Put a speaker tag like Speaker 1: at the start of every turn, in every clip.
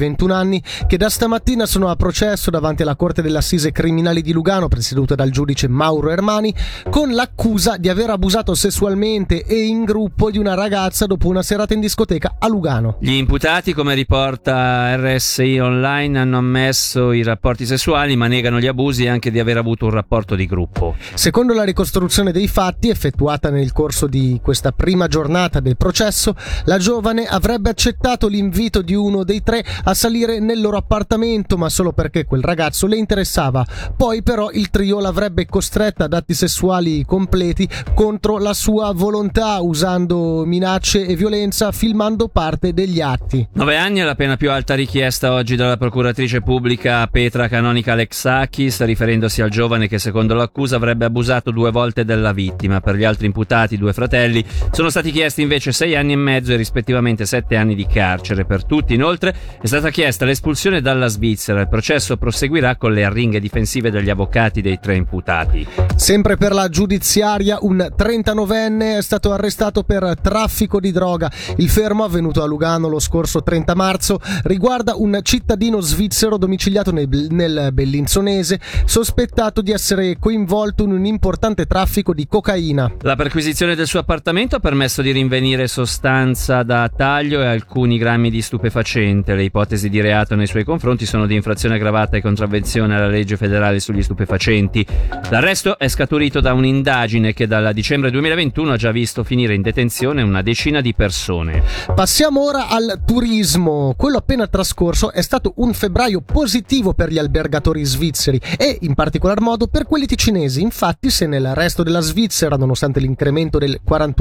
Speaker 1: 21 anni, che da stamattina sono a processo davanti alla Corte dell'Assise Criminali di Lugano, presieduta dal giudice Mauro Ermani, con l'accusa di aver abusato sessualmente e in gruppo di una ragazza dopo una serata in discoteca a Lugano.
Speaker 2: Gli imputati, come riporta RSI Online, hanno ammesso i rapporti sessuali ma negano gli abusi e anche di aver avuto un rapporto di gruppo.
Speaker 1: Secondo la ricostruzione dei fatti effettuata nel corso di questa prima giornata del processo, la giovane avrebbe accettato l'invito di uno dei tre a salire nel loro appartamento, ma solo perché quel ragazzo le interessava. Poi però il trio l'avrebbe costretta ad atti sessuali completi contro la sua volontà, usando minacce e violenza, filmando parte degli atti.
Speaker 2: 9 anni è la pena più alta richiesta oggi dalla procuratrice pubblica Petra Canonica Alexakis, riferendosi al giovane che secondo l'accusa avrebbe abusato 2 volte della vittima. Per gli altri imputati, 2 fratelli, sono stati chiesti invece 6 anni e mezzo e rispettivamente 7 anni di carcere. Per tutti inoltre è stata chiesta l'espulsione dalla Svizzera. Il processo proseguirà con le arringhe difensive degli avvocati dei 3 imputati.
Speaker 1: Sempre per la giudiziaria, un 39enne è stato arrestato per traffico di droga. Il fermo, avvenuto a Lugano lo scorso 30 marzo, riguarda un cittadino svizzero domiciliato nel Bellinzonese, sospettato di essere coinvolto in un importante traffico di cocaina.
Speaker 2: La perquisizione del suo appartamento ha permesso di rinvenire sostanza da taglio e alcuni grammi di stupefacente. Le ipotesi di reato nei suoi confronti sono di infrazione aggravata e contravvenzione alla legge federale sugli stupefacenti. L'arresto è scaturito da un'indagine che dal dicembre 2021 ha già visto finire in detenzione una decina di persone.
Speaker 1: Passiamo ora al turismo. Quello appena trascorso è stato un febbraio positivo per gli albergatori svizzeri e in particolar modo per quelli ticinesi. Infatti, se nel resto della Svizzera, nonostante l'incremento del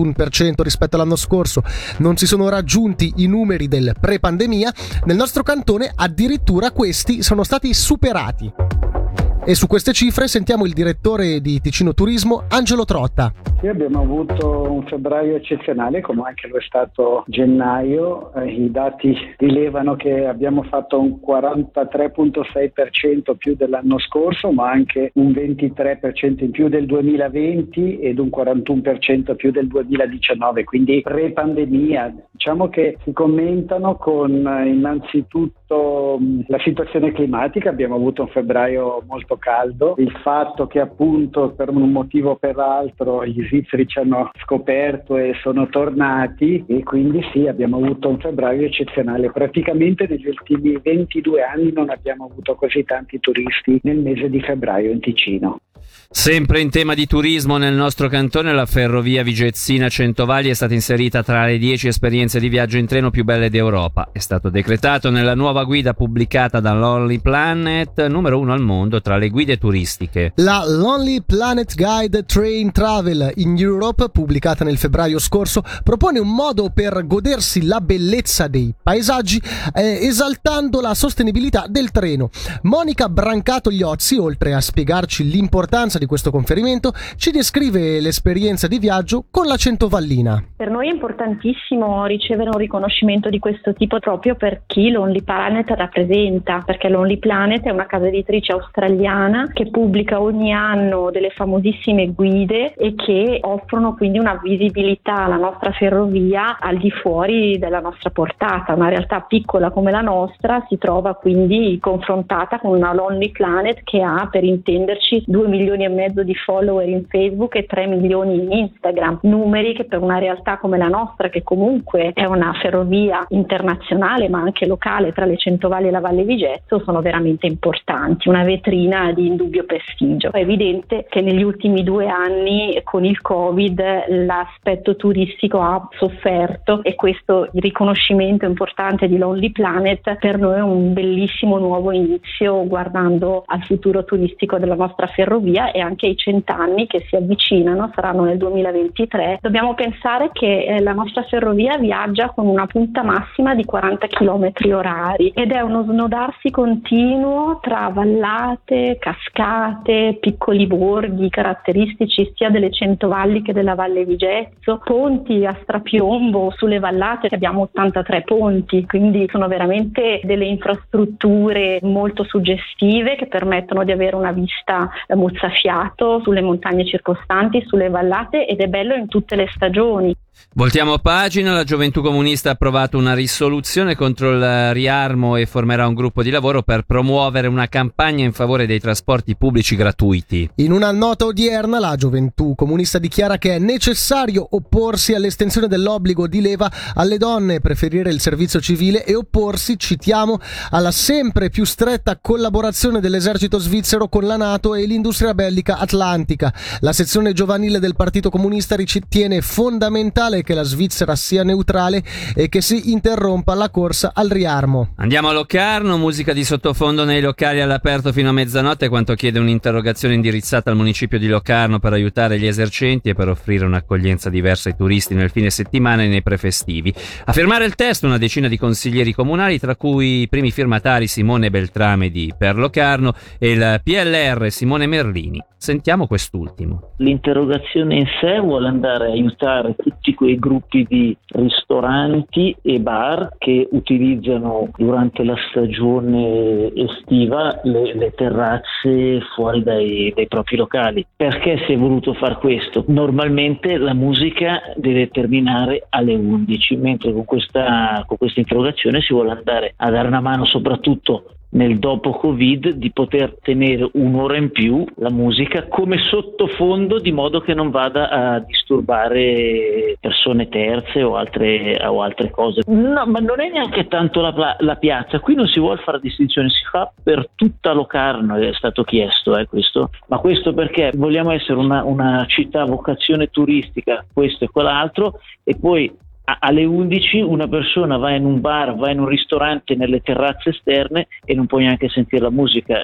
Speaker 1: 41% rispetto all'anno scorso, non si sono raggiunti i numeri del pre-pandemia, nel nostro cantone addirittura questi sono stati superati. E su queste cifre sentiamo il direttore di Ticino Turismo, Angelo Trotta.
Speaker 3: Sì, abbiamo avuto un febbraio eccezionale, come anche lo è stato gennaio. I dati rilevano che abbiamo fatto un 43,6% più dell'anno scorso, ma anche un 23% in più del 2020 ed un 41% più del 2019, quindi pre-pandemia. Diciamo che si commentano con innanzitutto la situazione climatica. Abbiamo avuto un febbraio molto caldo, il fatto che appunto per un motivo o per l'altro gli svizzeri ci hanno scoperto e sono tornati, e quindi sì, abbiamo avuto un febbraio eccezionale. Praticamente negli ultimi 22 anni non abbiamo avuto così tanti turisti nel mese di febbraio in Ticino.
Speaker 2: Sempre in tema di turismo, nel nostro cantone la ferrovia Vigezzina-Centovalli è stata inserita tra le 10 esperienze di viaggio in treno più belle d'Europa. È stato decretato nella nuova guida pubblicata da Lonely Planet, numero 1 al mondo tra le guide turistiche.
Speaker 1: La Lonely Planet Guide Train Travel in Europe, pubblicata nel febbraio scorso, propone un modo per godersi la bellezza dei paesaggi esaltando la sostenibilità del treno. Monica Brancato-Liozzi, oltre a spiegarci l'importanza di questo conferimento, ci descrive l'esperienza di viaggio con la Centovallina.
Speaker 4: Per noi è importantissimo ricevere un riconoscimento di questo tipo proprio per chi Lonely Planet rappresenta, perché Lonely Planet è una casa editrice australiana che pubblica ogni anno delle famosissime guide e che offrono quindi una visibilità alla nostra ferrovia al di fuori della nostra portata. Una realtà piccola come la nostra si trova quindi confrontata con una Lonely Planet che ha, per intenderci, 2,5 milioni di follower in Facebook e 3 milioni in Instagram, numeri che per una realtà come la nostra, che comunque è una ferrovia internazionale ma anche locale tra le Centovalli e la Valle Vigezzo, sono veramente importanti, una vetrina di indubbio prestigio. È evidente che negli ultimi 2 anni con il Covid l'aspetto turistico ha sofferto e questo riconoscimento importante di Lonely Planet per noi è un bellissimo nuovo inizio guardando al futuro turistico della nostra ferrovia e anche ai 100 anni che si avvicinano, saranno nel 2023. Dobbiamo pensare che la nostra ferrovia viaggia con una punta massima di 40 km orari ed è uno snodarsi continuo tra vallate, cascate, piccoli borghi caratteristici sia delle Centovalli che della Valle Vigezzo, ponti a strapiombo sulle vallate, abbiamo 83 ponti, quindi sono veramente delle infrastrutture molto suggestive che permettono di avere una vista mozzafiato sulle montagne circostanti, sulle vallate, ed è bello in tutte le stagioni.
Speaker 2: Voltiamo pagina. La Gioventù Comunista ha approvato una risoluzione contro il riarmo e formerà un gruppo di lavoro per promuovere una campagna in favore dei trasporti pubblici gratuiti.
Speaker 1: In una nota odierna la Gioventù Comunista dichiara che è necessario opporsi all'estensione dell'obbligo di leva alle donne, preferire il servizio civile e opporsi, citiamo, alla sempre più stretta collaborazione dell'esercito svizzero con la NATO e l'industria bellica atlantica. La sezione giovanile del Partito Comunista ritiene fondamentale che la Svizzera sia neutrale e che si interrompa la corsa al riarmo.
Speaker 2: Andiamo a Locarno, musica di sottofondo nei locali all'aperto fino a mezzanotte, quanto chiede un'interrogazione indirizzata al municipio di Locarno per aiutare gli esercenti e per offrire un'accoglienza diversa ai turisti nel fine settimana e nei prefestivi. A firmare il testo una decina di consiglieri comunali, tra cui i primi firmatari Simone Beltrame di Per Locarno e il PLR Simone Merlini. Sentiamo quest'ultimo.
Speaker 5: L'interrogazione in sé vuole andare a aiutare tutti quei gruppi di ristoranti e bar che utilizzano durante la stagione estiva le terrazze fuori dai propri locali. Perché si è voluto far questo? Normalmente la musica deve terminare alle 11, mentre con questa interrogazione si vuole andare a dare una mano soprattutto nel dopo Covid di poter tenere un'ora in più la musica come sottofondo, di modo che non vada a disturbare persone terze o altre cose. No, ma non è neanche tanto la piazza, qui non si vuole fare distinzione, si fa per tutta Locarno, è stato chiesto questo, ma questo perché vogliamo essere una città a vocazione turistica, questo e quell'altro, e poi alle 11 una persona va in un bar, va in un ristorante nelle terrazze esterne e non può neanche sentire la musica.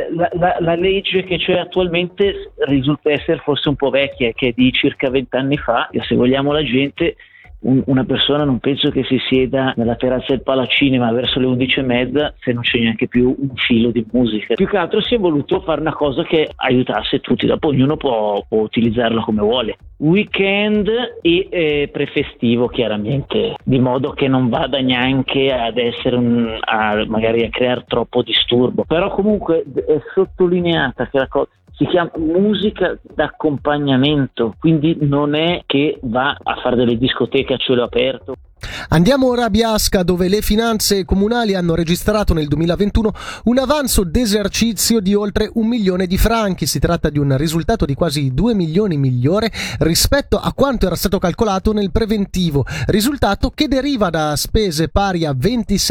Speaker 5: La legge che c'è attualmente risulta essere forse un po' vecchia, che è di circa 20 anni fa, e se vogliamo la gente, una persona non penso che si sieda nella terrazza del Palacinema verso le 11:30 se non c'è neanche più un filo di musica. Più che altro si è voluto fare una cosa che aiutasse tutti, dopo ognuno può utilizzarla come vuole. Weekend e prefestivo chiaramente, di modo che non vada neanche ad essere magari a creare troppo disturbo, però comunque è sottolineata che la cosa si chiama musica d'accompagnamento, quindi non è che va a fare delle discoteche a cielo aperto.
Speaker 1: Andiamo ora a Biasca, dove le finanze comunali hanno registrato nel 2021 un avanzo d'esercizio di oltre 1 milione di franchi. Si tratta di un risultato di quasi 2 milioni migliore rispetto a quanto era stato calcolato nel preventivo, risultato che deriva da spese pari a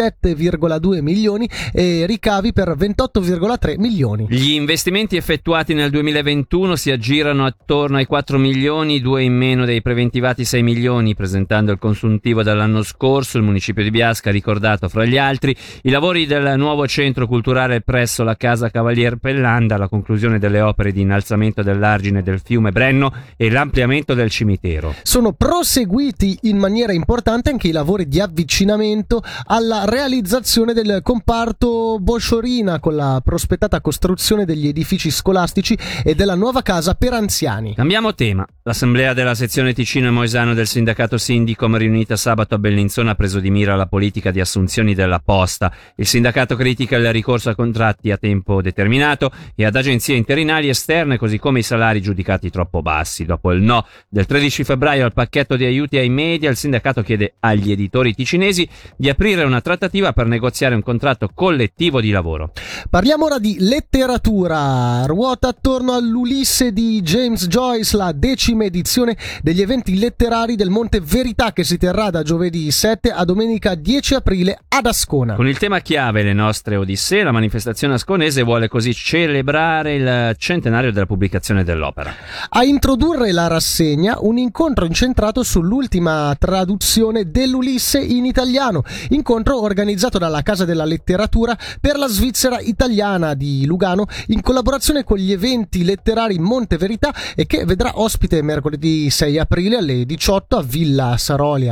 Speaker 1: 27,2 milioni e ricavi per 28,3 milioni.
Speaker 2: Gli investimenti effettuati nel 2021 si aggirano attorno ai 4 milioni, 2 in meno dei preventivati 6 milioni, presentando il consuntivo dall'anno scorso. Il municipio di Biasca ha ricordato fra gli altri i lavori del nuovo centro culturale presso la casa Cavalier Pellanda, la conclusione delle opere di innalzamento dell'argine del fiume Brenno e l'ampliamento del cimitero.
Speaker 1: Sono proseguiti in maniera importante anche i lavori di avvicinamento alla realizzazione del comparto Bosciorina, con la prospettata costruzione degli edifici scolastici e della nuova casa per anziani.
Speaker 2: Cambiamo tema. L'assemblea della sezione Ticino e Moesano del sindacato Sindicom, riunita sabato a Bellinzona, ha preso di mira la politica di assunzioni della Posta. Il sindacato critica il ricorso a contratti a tempo determinato e ad agenzie interinali esterne, così come i salari giudicati troppo bassi. Dopo il no del 13 febbraio al pacchetto di aiuti ai media, il sindacato chiede agli editori ticinesi di aprire una trattativa per negoziare un contratto collettivo di lavoro.
Speaker 1: Parliamo ora di letteratura. Ruota attorno all'Ulisse di James Joyce la 10ª edizione degli eventi letterari del Monte Verità, che si terrà da giovedì 7 a domenica 10 aprile ad Ascona.
Speaker 2: Con il tema chiave Le nostre odissee, la manifestazione asconese vuole così celebrare il centenario della pubblicazione dell'opera.
Speaker 1: A introdurre la rassegna un incontro incentrato sull'ultima traduzione dell'Ulisse in italiano, incontro organizzato dalla Casa della Letteratura per la Svizzera Italiana di Lugano in collaborazione con gli eventi letterari Monte Verità, e che vedrà ospite mercoledì 6 aprile alle 18 a Villa Sarolia a Lugano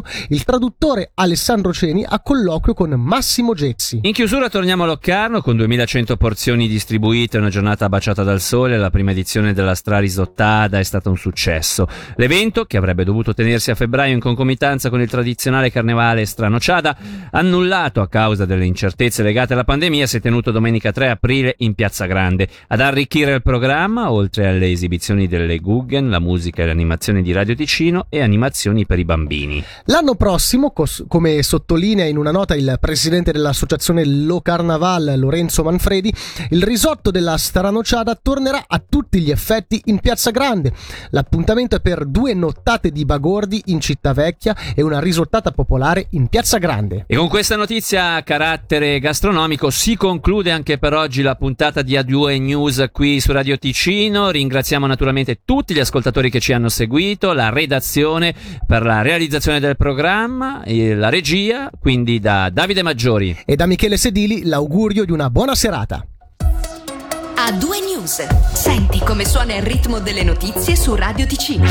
Speaker 1: il traduttore Alessandro Ceni a colloquio con Massimo Gezzi.
Speaker 2: In chiusura torniamo a Locarno con 2100 porzioni distribuite, una giornata baciata dal sole. La prima edizione della Strarisottata è stata un successo. L'evento, che avrebbe dovuto tenersi a febbraio in concomitanza con il tradizionale carnevale Stranociada, annullato a causa delle incertezze legate alla pandemia, si è tenuto domenica 3 aprile in Piazza Grande. Ad arricchire il programma, oltre alle esibizioni delle Guggen, la musica e l'animazione di Radio Ticino e animazioni per i bambini.
Speaker 1: L'anno prossimo, come sottolinea in una nota il presidente dell'associazione Lo Carnaval, Lorenzo Manfredi, il risotto della Stranociada tornerà a tutti gli effetti in Piazza Grande. L'appuntamento è per 2 nottate di bagordi in Città Vecchia e una risottata popolare in Piazza Grande.
Speaker 2: E con questa notizia a carattere gastronomico si conclude anche per oggi la puntata di A2 News qui su Radio Ticino. Ringraziamo naturalmente tutti gli ascoltatori che ci hanno seguito, la redazione per la realizzazione del programma e la regia, quindi da Davide Maggiori
Speaker 1: e da Michele Sedili l'augurio di una buona serata.
Speaker 6: A2 News. Senti come suona il ritmo delle notizie su Radio Ticino.